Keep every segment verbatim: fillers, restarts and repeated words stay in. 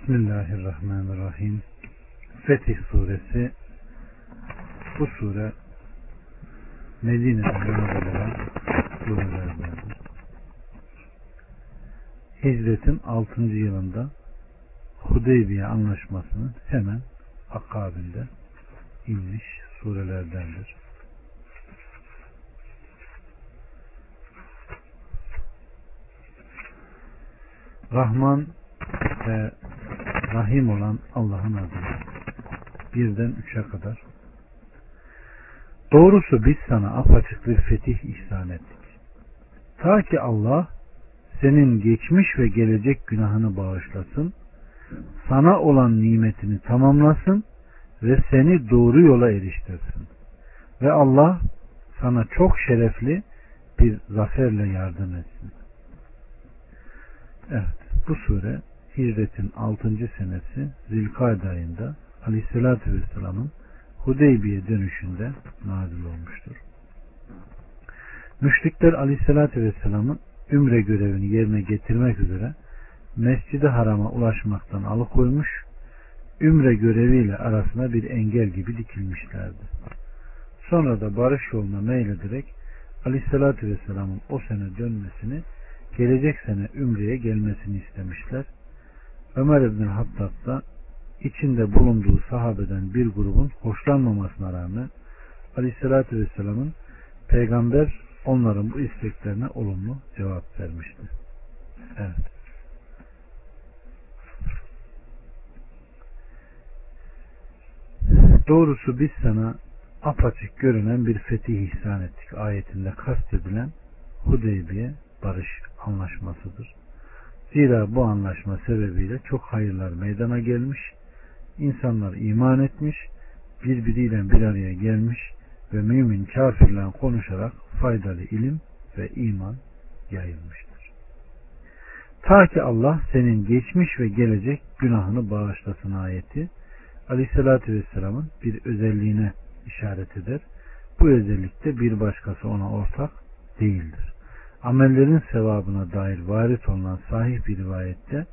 Bismillahirrahmanirrahim. Fetih Suresi. Bu sure Medine'de nazil olan surelerdendir. Hicretin altıncı yılında Hudeybiye anlaşmasının hemen akabinde inmiş surelerdendir. Rahman ve Rahim olan Allah'ın adıyla birden üçe kadar. Doğrusu biz sana apaçık bir fetih ihsan ettik. Ta ki Allah senin geçmiş ve gelecek günahını bağışlasın, sana olan nimetini tamamlasın ve seni doğru yola eriştirsin. Ve Allah sana çok şerefli bir zaferle yardım etsin. Evet, bu sure Hicretin altıncı senesi Zilkade ayında Aleyhisselatü Vesselam'ın Hudeybiye dönüşünde nazil olmuştur. Müşrikler Aleyhisselatü Vesselam'ın ümre görevini yerine getirmek üzere Mescid-i Haram'a ulaşmaktan alıkoymuş, ümre göreviyle arasına bir engel gibi dikilmişlerdi. Sonra da barış yoluna meylederek Aleyhisselatü Vesselam'ın o sene dönmesini, gelecek sene ümreye gelmesini istemişler. Ömer İbn Hattab da içinde bulunduğu sahabeden bir grubun hoşlanmamasına rağmen Aleyhisselatü Vesselam'ın peygamber onların bu isteklerine olumlu cevap vermişti. Evet. Doğrusu biz sana apaçık görünen bir fetih ihsan ettik ayetinde kastedilen Hudeybiye barış anlaşmasıdır. Zira bu anlaşma sebebiyle çok hayırlar meydana gelmiş, insanlar iman etmiş, birbiriyle bir araya gelmiş ve mümin kafirle konuşarak faydalı ilim ve iman yayılmıştır. Ta ki Allah senin geçmiş ve gelecek günahını bağışlasın ayeti, Aleyhisselatü Vesselam'ın bir özelliğine işaret eder. Bu özellikte bir başkası ona ortak değildir. Amellerin sevabına dair varit olunan sahih bir rivayette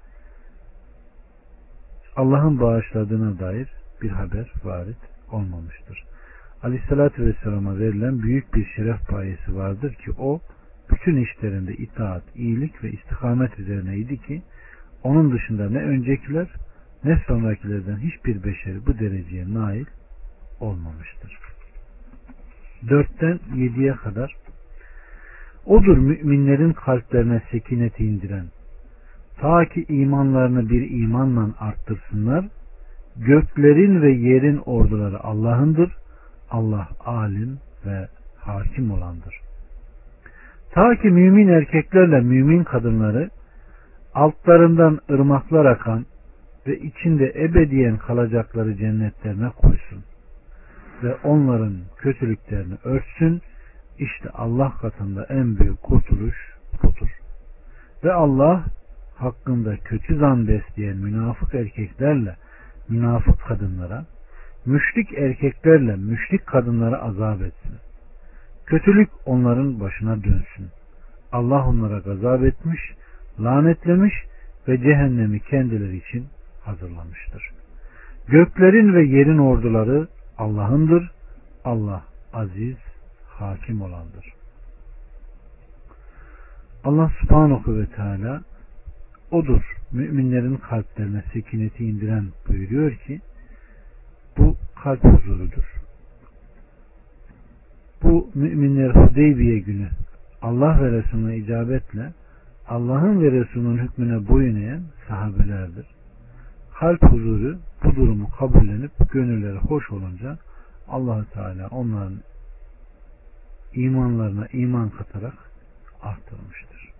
Allah'ın bağışladığına dair bir haber varit olmamıştır. Aleyhissalatü Vesselam'a verilen büyük bir şeref payesi vardır ki o bütün işlerinde itaat, iyilik ve istikamet üzerineydi ki onun dışında ne öncekiler ne sonrakilerden hiçbir beşeri bu dereceye nail olmamıştır. Dörtten yediye kadar O'dur müminlerin kalplerine sekineti indiren, ta ki imanlarını bir imanla arttırsınlar. Göklerin ve yerin orduları Allah'ındır. Allah alim ve hakim olandır. Ta ki mümin erkeklerle mümin kadınları altlarından ırmaklar akan ve içinde ebediyen kalacakları cennetlerine koysun ve onların kötülüklerini örtsün. İşte Allah katında en büyük kurtuluş budur. Ve Allah hakkında kötü zan besleyen münafık erkeklerle münafık kadınlara, müşrik erkeklerle müşrik kadınlara azap etsin. Kötülük onların başına dönsün. Allah onlara gazap etmiş, lanetlemiş ve cehennemi kendileri için hazırlamıştır. Göklerin ve yerin orduları Allah'ındır. Allah aziz, hakim olandır. Allah Subhanahu ve Teala O'dur müminlerin kalplerine sekineti indiren buyuruyor ki bu kalp huzurudur. Bu müminler Hudeybiye günü Allah ve Resulüne icabetle Allah'ın ve Resulünün hükmüne boyun eğen sahabelerdir. Kalp huzuru bu durumu kabullenip gönülleri hoş olunca Allah Teala onların imanlarına iman katarak arttırmıştır.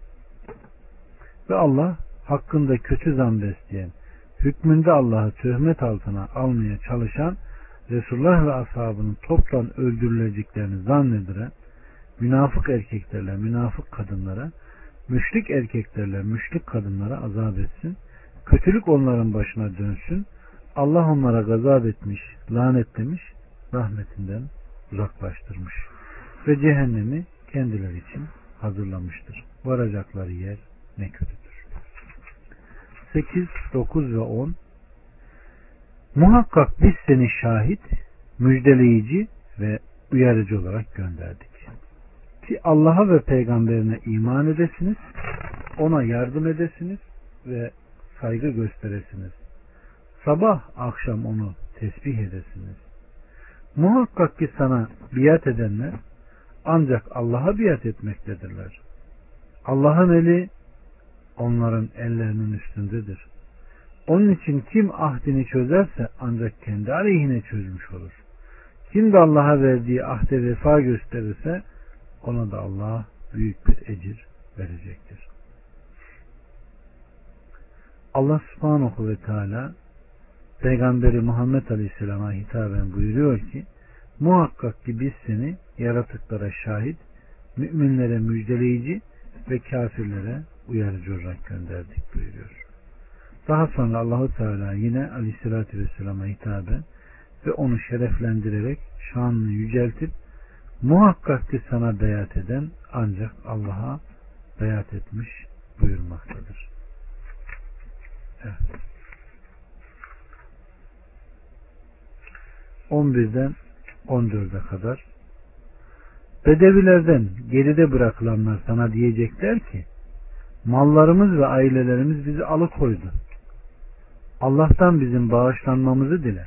Ve Allah hakkında kötü zan besleyen, hükmünde Allah'ı töhmet altına almaya çalışan, Resulullah ve ashabının toptan öldürüleceklerini zannediren münafık erkeklerle münafık kadınlara, müşrik erkeklerle müşrik kadınlara azap etsin. Kötülük onların başına dönsün. Allah onlara gazap etmiş, lanetlemiş, rahmetinden uzaklaştırmış ve cehennemi kendileri için hazırlamıştır. Varacakları yer ne kötüdür. sekiz, dokuz ve on. Muhakkak biz seni şahit, müjdeleyici ve uyarıcı olarak gönderdik. Ki Allah'a ve peygamberine iman edesiniz, ona yardım edesiniz ve saygı gösteresiniz. Sabah akşam onu tesbih edesiniz. Muhakkak ki sana biat edenler ancak Allah'a biat etmektedirler. Allah'ın eli onların ellerinin üstündedir. Onun için kim ahdini çözerse ancak kendi aleyhine çözmüş olur. Kim de Allah'a verdiği ahde vefa gösterirse ona da Allah büyük bir ecir verecektir. Allah subhanahu ve teala Peygamberi Muhammed Aleyhisselam'a hitaben buyuruyor ki, muhakkak ki biz seni yaratıklara şahit, müminlere müjdeleyici ve kafirlere uyarıcı olarak gönderdik buyuruyor. Daha sonra Allahu Teala yine Aleyhisselatü Vesselam'a hitaben ve onu şereflendirerek şanını yüceltip, muhakkak ki sana beyat eden ancak Allah'a beyat etmiş buyurmaktadır. Evet. on birden on dörde kadar. Bedevilerden geride bırakılanlar sana diyecekler ki, mallarımız ve ailelerimiz bizi alıkoydu. Allah'tan bizim bağışlanmamızı diler.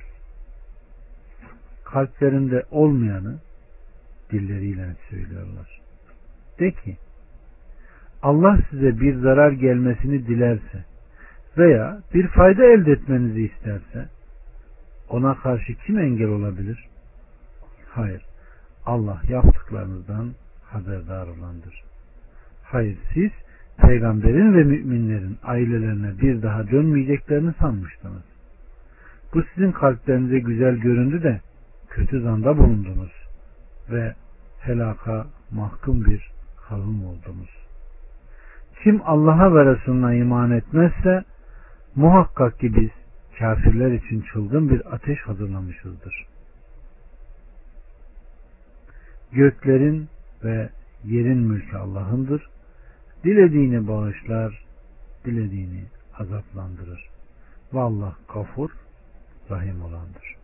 Kalplerinde olmayanı dilleriyle söylüyorlar. De ki, Allah size bir zarar gelmesini dilerse veya bir fayda elde etmenizi isterse ona karşı kim engel olabilir? Hayır. Allah yaptıklarınızdan haberdar olandır. Hayır, siz peygamberin ve müminlerin ailelerine bir daha dönmeyeceklerini sanmıştınız. Bu sizin kalplerinize güzel göründü de kötü zanda bulundunuz ve helaka mahkum bir kavim oldunuz. Kim Allah'a ve Resulüne iman etmezse muhakkak ki biz kafirler için çılgın bir ateş hazırlamışızdır. Göklerin ve yerin mülkü Allah'ındır. Dilediğini bağışlar, dilediğini azaplandırır. Vallah gafur, rahim olandır.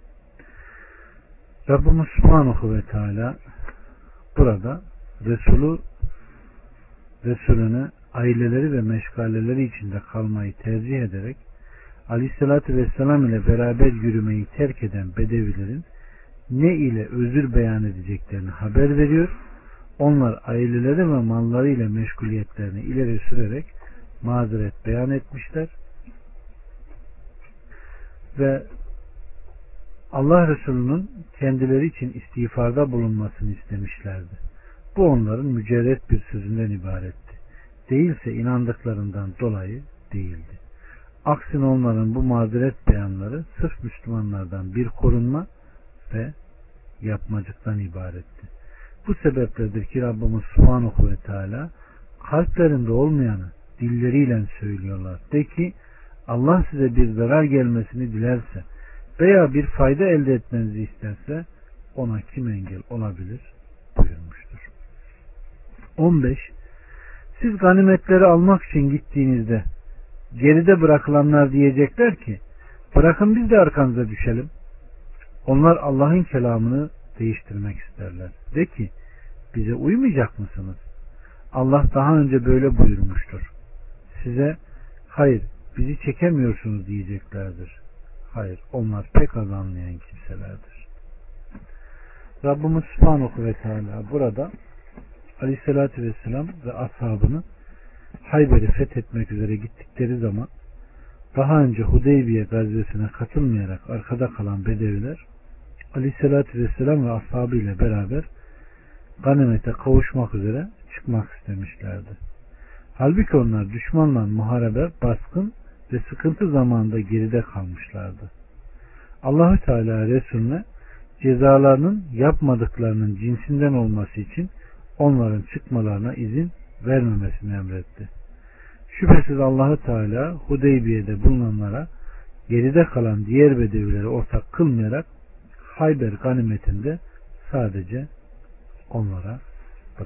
Rabbimiz Subhanahu ve Teala burada Resulü Resulüne aileleri ve meşgaleleri içinde kalmayı tercih ederek Aleyhisselatü Vesselam ile beraber yürümeyi terk eden bedevilerin ne ile özür beyan edeceklerini haber veriyor. Onlar aileleri ve malları ile meşguliyetlerini ileri sürerek mazeret beyan etmişler ve Allah Resulü'nün kendileri için istiğfarda bulunmasını istemişlerdi. Bu onların mücerret bir sözünden ibaretti. Değilse inandıklarından dolayı değildi. Aksine onların bu mazeret beyanları sırf Müslümanlardan bir korunma ve yapmacıktan ibaretti. Bu sebepledir ki Rabbimiz Subhanahu ve Teala kalplerinde olmayanı dilleriyle söylüyorlar. De ki Allah size bir zarar gelmesini dilerse veya bir fayda elde etmenizi isterse ona kim engel olabilir buyurmuştur. on beş. Siz ganimetleri almak için gittiğinizde geride bırakılanlar diyecekler ki bırakın biz de arkanıza düşelim. Onlar Allah'ın kelamını değiştirmek isterler. De ki bize uymayacak mısınız? Allah daha önce böyle buyurmuştur. Size hayır bizi çekemiyorsunuz diyeceklerdir. Hayır onlar pek az anlayan kimselerdir. Rabbimiz Subhanahu ve Teala burada Aleyhisselatü Vesselam ve ashabını Hayber'i fethetmek üzere gittikleri zaman daha önce Hudeybiye gazvesine katılmayarak arkada kalan bedeviler Aleyhisselatü Vesselam ve ashabı ile beraber ganimete kavuşmak üzere çıkmak istemişlerdi. Halbuki onlar düşmanla muharebe, baskın ve sıkıntı zamanında geride kalmışlardı. Allahü Teala Resulüne cezalarının yapmadıklarının cinsinden olması için onların çıkmalarına izin vermemesini emretti. Şüphesiz Allahü Teala Hudeybiye'de bulunanlara geride kalan diğer bedevileri ortak kılmayarak Hayber ganimetinde sadece onlara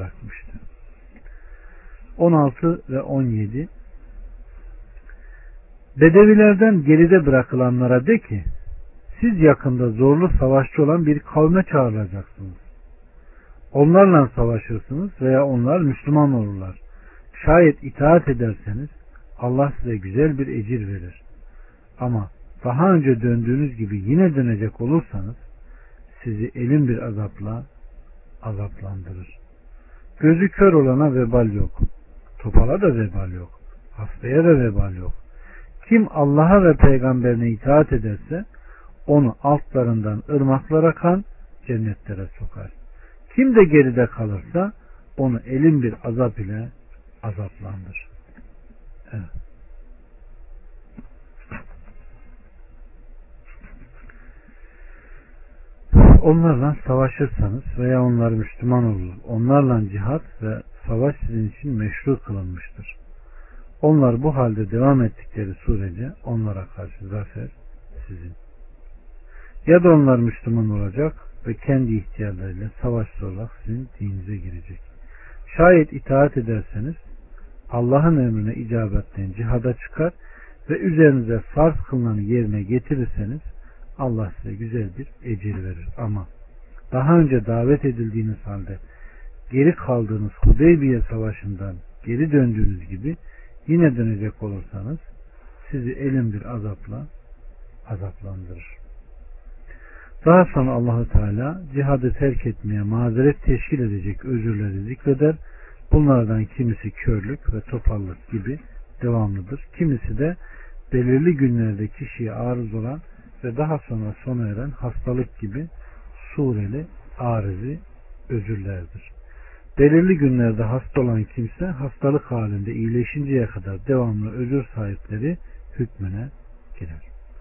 bırakmıştı. on altı ve on yedi. Bedevilerden geride bırakılanlara de ki, siz yakında zorlu savaşçı olan bir kavme çağrılacaksınız. Onlarla savaşırsınız veya onlar Müslüman olurlar. Şayet itaat ederseniz Allah size güzel bir ecir verir. Ama daha önce döndüğünüz gibi yine dönecek olursanız sizi elin bir azapla azaplandırır. Gözü kör olana vebal yok. Topala da vebal yok. Hastaya da vebal yok. Kim Allah'a ve peygamberine itaat ederse onu altlarından ırmaklar akan cennetlere sokar. Kim de geride kalırsa onu elin bir azap ile azaplandır. Evet. Onlarla savaşırsanız veya onlar Müslüman olur, onlarla cihat ve savaş sizin için meşru kılınmıştır. Onlar bu halde devam ettikleri sürece onlara karşı zafer sizin. Ya da onlar Müslüman olacak ve kendi ihtiyarlarıyla savaşsız olarak sizin dininize girecek. Şayet itaat ederseniz Allah'ın emrine icabetten cihada çıkar ve üzerinize farz kılınanı yerine getirirseniz Allah size güzel bir ecir verir. Ama daha önce davet edildiğiniz halde geri kaldığınız Hudeybiye Savaşı'ndan geri döndüğünüz gibi yine dönecek olursanız sizi elin bir azapla azaplandırır. Daha sonra Allahu Teala cihadı terk etmeye mazeret teşkil edecek özürleri zikreder. Bunlardan kimisi körlük ve topallık gibi devamlıdır. Kimisi de belirli günlerde kişiye arız olan ve daha sonra sona eren hastalık gibi sureli arızi özürlerdir. Belirli günlerde hasta olan kimse hastalık halinde iyileşinceye kadar devamlı özür sahipleri hükmüne girer.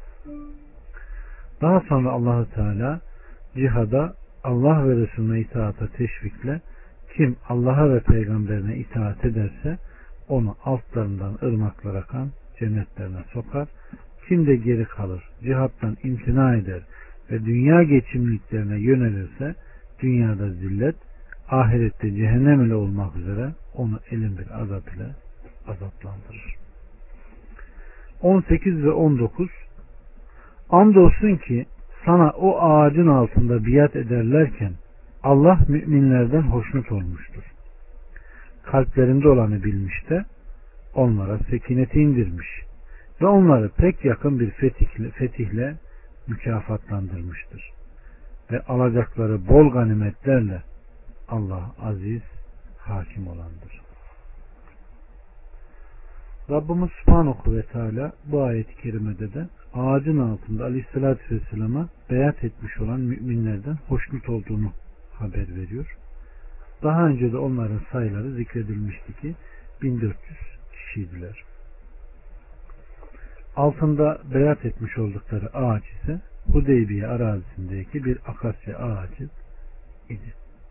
Daha sonra Allah-u Teala cihada Allah ve Resulüne itaata teşvikle kim Allah'a ve peygamberine itaat ederse onu altlarından ırmaklar akan cennetlerine sokar. Kim de geri kalır, cihattan imtina eder ve dünya geçimliliklerine yönelirse dünyada zillet, ahirette cehennem ile olmak üzere onu elin bir azap ile azaplandırır. on sekiz ve on dokuz Andolsun ki sana o ağacın altında biat ederlerken Allah müminlerden hoşnut olmuştur. Kalplerinde olanı bilmiş de onlara sekineti indirmiş ve onları pek yakın bir fetihle, fetihle mükafatlandırmıştır. Ve alacakları bol ganimetlerle Allah aziz, hakim olandır. Rabbimiz Subhanahu ve Teala bu ayet-i kerimede de ağacın altında Aleyhisselatü Vesselam'a beyat etmiş olan müminlerden hoşnut olduğunu haber veriyor. Daha önce de onların sayıları zikredilmişti ki bin dört yüz kişiydiler. Altında beyat etmiş oldukları ağaç ise Hudeybiye arazisindeki bir akasya ağacı idi.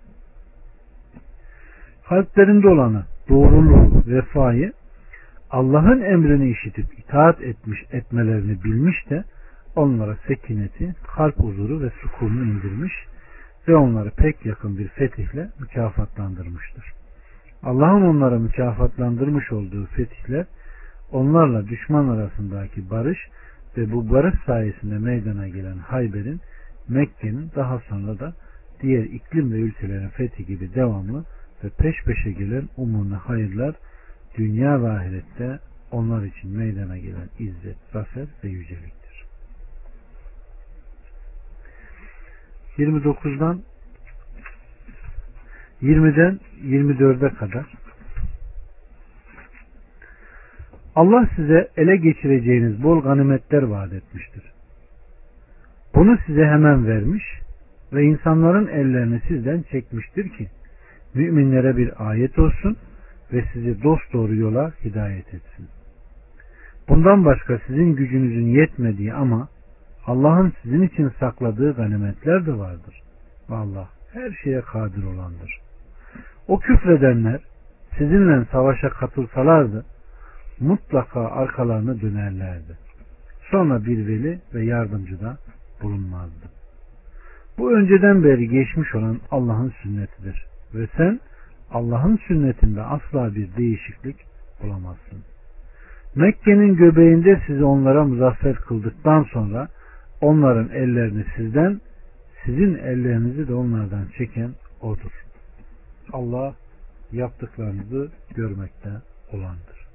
Kalplerinde olanı, doğruluğu, vefayı, Allah'ın emrini işitip itaat etmiş etmelerini bilmiş de onlara sekineti, kalp huzuru ve sükununu indirmiş ve onları pek yakın bir fetihle mükafatlandırmıştır. Allah'ın onlara mükafatlandırmış olduğu fetihler onlarla düşman arasındaki barış ve bu barış sayesinde meydana gelen Hayber'in, Mekke'nin daha sonra da diğer iklim ve ülkelerin fethi gibi devamlı ve peş peşe gelen umumi hayırlar dünya ve ahirette onlar için meydana gelen izzet, zafer ve yüceliktir. yirmi dokuzdan yirmiden yirmi dörde kadar Allah size ele geçireceğiniz bol ganimetler vaat etmiştir. Bunu size hemen vermiş ve insanların ellerini sizden çekmiştir ki müminlere bir ayet olsun ve sizi dosdoğru yola hidayet etsin. Bundan başka sizin gücünüzün yetmediği ama Allah'ın sizin için sakladığı ganimetler de vardır. Allah her şeye kadir olandır. O küfredenler sizinle savaşa katılsalardı mutlaka arkalarına dönerlerdi. Sonra bir veli ve yardımcı da bulunmazdı. Bu önceden beri geçmiş olan Allah'ın sünnetidir ve sen Allah'ın sünnetinde asla bir değişiklik bulamazsın. Mekke'nin göbeğinde sizi onlara muzaffer kıldıktan sonra onların ellerini sizden, sizin ellerinizi de onlardan çeken O'dur. Allah yaptıklarınızı görmekte olandır.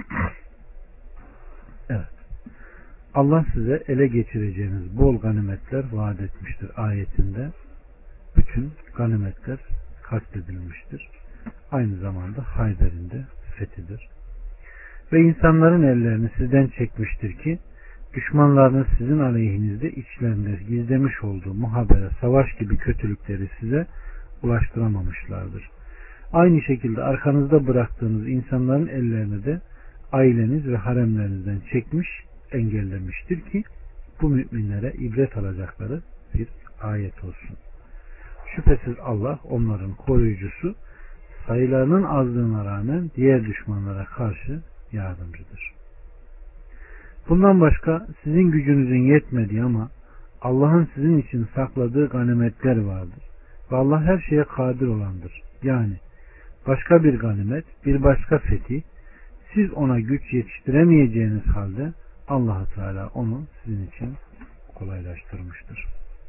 Evet. Allah size ele geçireceğiniz bol ganimetler vaat etmiştir ayetinde. Bütün ganimetler kastedilmiştir. Aynı zamanda Hayber'in de fethidir. Ve insanların ellerini sizden çekmiştir ki düşmanlarınız sizin aleyhinizde içlerinde gizlemiş olduğu muhabere, savaş gibi kötülükleri size ulaştıramamışlardır. Aynı şekilde arkanızda bıraktığınız insanların ellerini de aileniz ve haremlerinizden çekmiş, engellemiştir ki bu müminlere ibret alacakları bir ayet olsun. Şüphesiz Allah onların koruyucusu, sayılarının azlığına rağmen diğer düşmanlara karşı yardımcıdır. Bundan başka sizin gücünüzün yetmediği ama Allah'ın sizin için sakladığı ganimetler vardır. Ve Allah her şeye kadir olandır. Yani başka bir ganimet, bir başka fetih, siz ona güç yetiştiremeyeceğiniz halde Allah Teala onu sizin için kolaylaştırmıştır.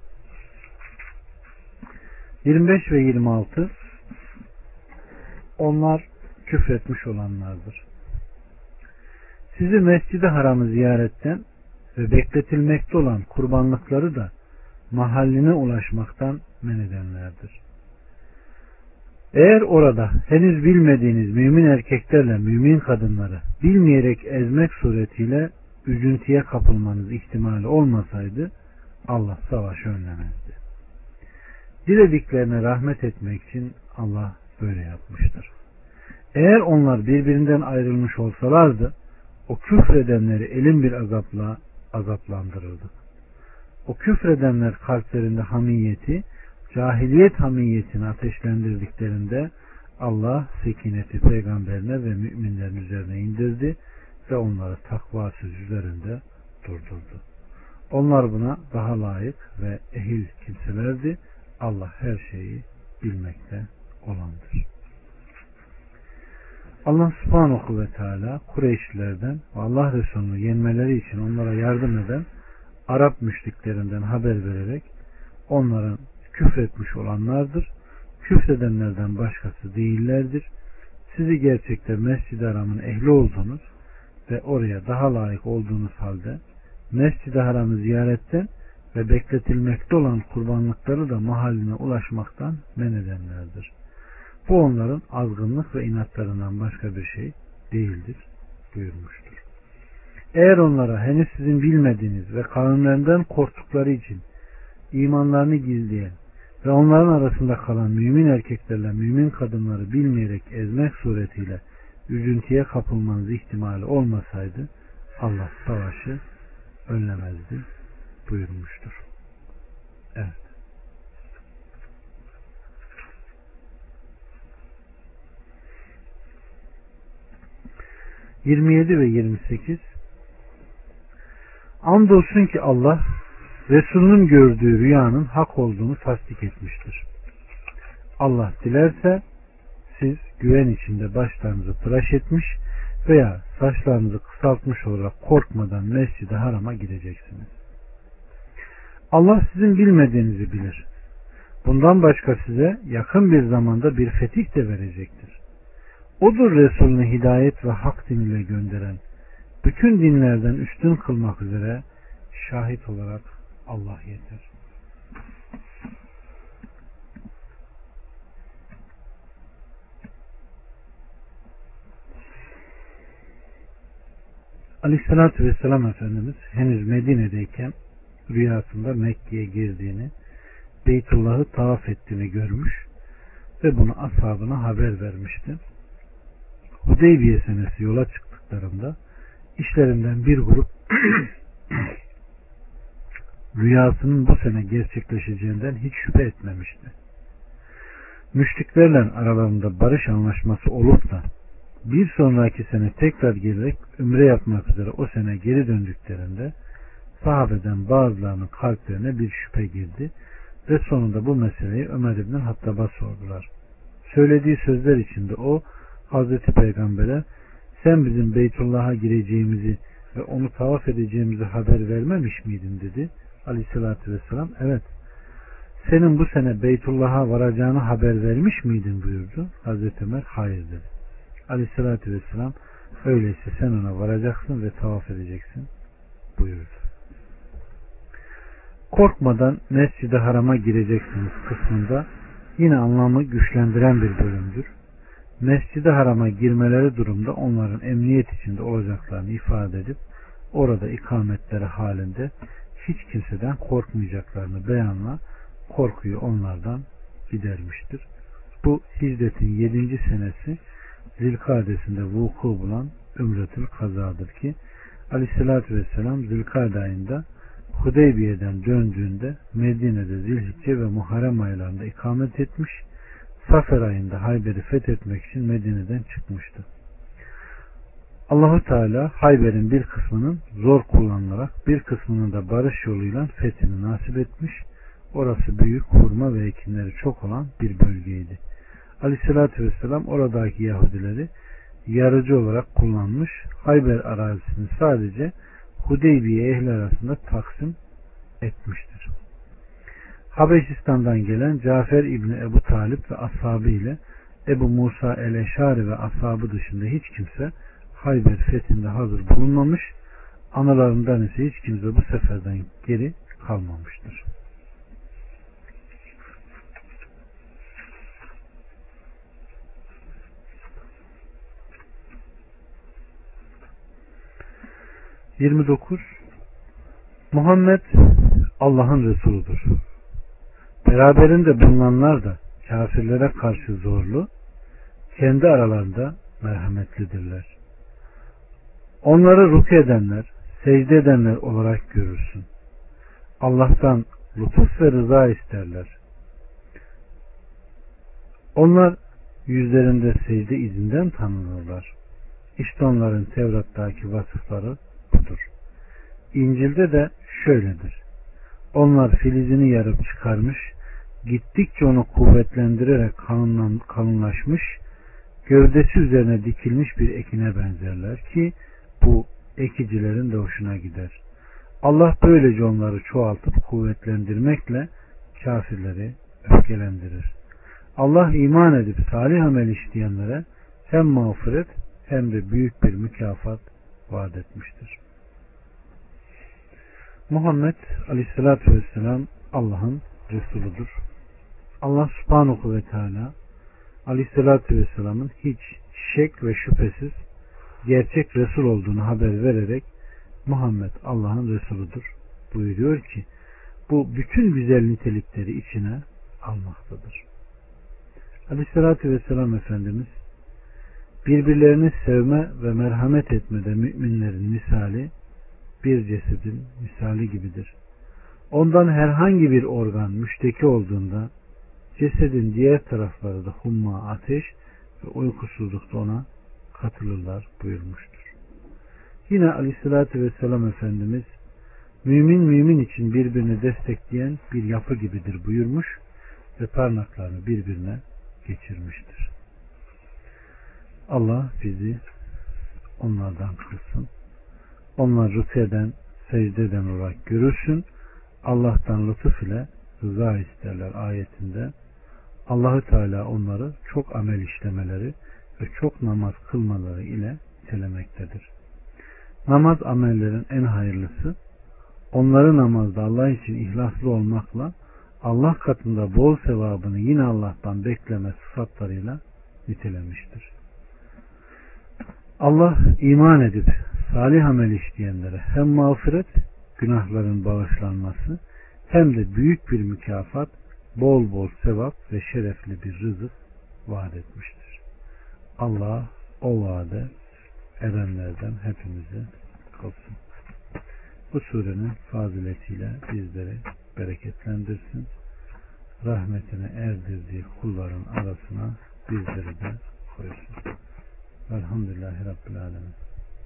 yirmi beş ve yirmi altı Onlar küfretmiş olanlardır. Sizi Mescid-i Haram'ı ziyaretten ve bekletilmekte olan kurbanlıkları da mahalline ulaşmaktan men edenlerdir. Eğer orada henüz bilmediğiniz mümin erkeklerle mümin kadınları bilmeyerek ezmek suretiyle üzüntüye kapılmanız ihtimali olmasaydı Allah savaşı önlemezdi. Dilediklerine rahmet etmek için Allah böyle yapmıştır. Eğer onlar birbirinden ayrılmış olsalardı o küfredenleri elin bir azapla azaplandırırdık. O küfredenler kalplerinde hamiyeti, cahiliyet hamiyetini ateşlendirdiklerinde Allah sekineti peygamberine ve müminlerin üzerine indirdi ve onları takva söz üzerinde durdurdu. Onlar buna daha layık ve ehil kimselerdi. Allah her şeyi bilmekte olandır. Allah subhanahu ve teala Kureyşlilerden ve Allah Resulü'nü yenmeleri için onlara yardım eden Arap müşriklerinden haber vererek onların küfretmiş olanlardır. Küfredenlerden başkası değillerdir. Sizi gerçekten Mescid-i Haram'ın ehli olduğunuz ve oraya daha layık olduğunuz halde Mescid-i Haram'ı ziyaretten ve bekletilmekte olan kurbanlıkları da mahalline ulaşmaktan men edenlerdir. Bu onların azgınlık ve inatlarından başka bir şey değildir buyurmuştur. Eğer onlara henüz sizin bilmediğiniz ve kavimlerinden korktukları için imanlarını gizleyen ve onların arasında kalan mümin erkeklerle mümin kadınları bilmeyerek ezmek suretiyle üzüntüye kapılmanız ihtimali olmasaydı Allah savaşı önlemezdi buyurmuştur. Evet. yirmi yedi ve yirmi sekiz Andolsun ki Allah Resulünün gördüğü rüyanın hak olduğunu tasdik etmiştir. Allah dilerse siz güven içinde başlarınızı tıraş etmiş veya saçlarınızı kısaltmış olarak korkmadan Mescid-i Haram'a gireceksiniz. Allah sizin bilmediğinizi bilir. Bundan başka size yakın bir zamanda bir fetih de verecektir. Odur Resulünü hidayet ve hak diniyle gönderen, bütün dinlerden üstün kılmak üzere şahit olarak Allah yeter. Aleyhissalatü vesselam Efendimiz henüz Medine'deyken rüyasında Mekke'ye girdiğini, Beytullah'ı tavaf ettiğini görmüş ve bunu ashabına haber vermişti. Hudeybiye senesi yola çıktıklarında işlerinden bir grup rüyasının bu sene gerçekleşeceğinden hiç şüphe etmemişti. Müşriklerle aralarında barış anlaşması olup da bir sonraki sene tekrar gelerek ümre yapmak üzere o sene geri döndüklerinde sahabeden bazılarının kalplerine bir şüphe girdi ve sonunda bu meseleyi Ömer İbn Hattab'a sordular. Söylediği sözler içinde o Hazreti Peygamber'e sen bizim Beytullah'a gireceğimizi ve onu tavaf edeceğimizi haber vermemiş miydin dedi. Aleyhissalatü vesselam evet. Senin bu sene Beytullah'a varacağını haber vermiş miydin buyurdu. Hazreti Ömer hayır dedi. Aleyhissalatü vesselam öyleyse sen ona varacaksın ve tavaf edeceksin buyurdu. Korkmadan Mescid-i Haram'a gireceksiniz kısmında yine anlamı güçlendiren bir bölümdür. Mescid-i Haram'a girmeleri durumda onların emniyet içinde olacaklarını ifade edip orada ikametleri halinde hiç kimseden korkmayacaklarını beyanla korkuyu onlardan gidermiştir. Bu hicretin yedinci senesi Zilkadesinde vuku bulan Ümretül Kazadır ki Aleyhisselatü Vesselam Zilkade ayında Hudeybiye'den döndüğünde Medine'de Zilhicce ve Muharrem aylarında ikamet etmiş, Safer ayında Hayber'i fethetmek için Medine'den çıkmıştı. Allahu Teala Hayber'in bir kısmının zor kullanılarak bir kısmının da barış yoluyla fethini nasip etmiş. Orası büyük hurma ve ekinleri çok olan bir bölgeydi. Aleyhissalatü Vesselam oradaki Yahudileri yarıcı olarak kullanmış. Hayber arazisini sadece Hudeybiye ehli arasında taksim etmiştir. Habeşistan'dan gelen Cafer İbni Ebu Talip ve ashabı ile Ebu Musa el-Eşari ve ashabı dışında hiç kimse Hayber fethinde hazır bulunmamış, analarından ise hiç kimse bu seferden geri kalmamıştır. yirmi dokuz Muhammed Allah'ın Resuludur. Beraberinde bulunanlar da kafirlere karşı zorlu, kendi aralarında merhametlidirler. Onları rükû edenler, secde edenler olarak görürsün. Allah'tan lütuf ve rıza isterler. Onlar yüzlerinde secde izinden tanınırlar. İşte onların Tevrat'taki vasıfları budur. İncil'de de şöyledir. Onlar filizini yarıp çıkarmış, gittikçe onu kuvvetlendirerek kalınlaşmış, gövdesi üzerine dikilmiş bir ekine benzerler ki bu ekicilerin de hoşuna gider. Allah böylece onları çoğaltıp kuvvetlendirmekle kafirleri öfkelendirir. Allah iman edip salih amel işleyenlere hem mağfiret hem de büyük bir mükafat vaat etmiştir. Muhammed Aleyhisselatü Vesselam Allah'ın Resuludur. Allah Subhanahu ve Teala Aleyhisselatü Vesselam'ın hiç şek ve şüphesiz gerçek Resul olduğunu haber vererek Muhammed Allah'ın Resuludur buyuruyor ki bu bütün güzel nitelikleri içine almaktadır. Aleyhisselatü Vesselam Efendimiz birbirlerini sevme ve merhamet etmede müminlerin misali bir cesedin misali gibidir. Ondan herhangi bir organ müşteki olduğunda cesedin diğer tarafları da humma, ateş ve uykusuzlukta ona katılırlar buyurmuştur. Yine Aleyhisselatü Vesselam Efendimiz mümin mümin için birbirini destekleyen bir yapı gibidir buyurmuş ve parmaklarını birbirine geçirmiştir. Allah bizi onlardan kılsın. Onlar rükû eden, secde eden olarak görürsün. Allah'tan lütuf ile rıza isterler ayetinde. Allahü Teala onları çok amel işlemeleri ve çok namaz kılmaları ile telemektedir. Namaz amellerin en hayırlısı, onları namazda Allah için ihlaslı olmakla Allah katında bol sevabını yine Allah'tan bekleme sıfatlarıyla nitelemiştir. Allah iman edip salih amel işleyenlere hem mağfiret, günahların bağışlanması hem de büyük bir mükafat, bol bol sevap ve şerefli bir rızık vaat etmiştir. Allah o vaade erenlerden hepimizi kılsın. Bu surenin faziletiyle bizleri bereketlendirsin. Rahmetine erdirdiği kulların arasına bizleri de koysun. Elhamdülillahi Rabbil Alemin.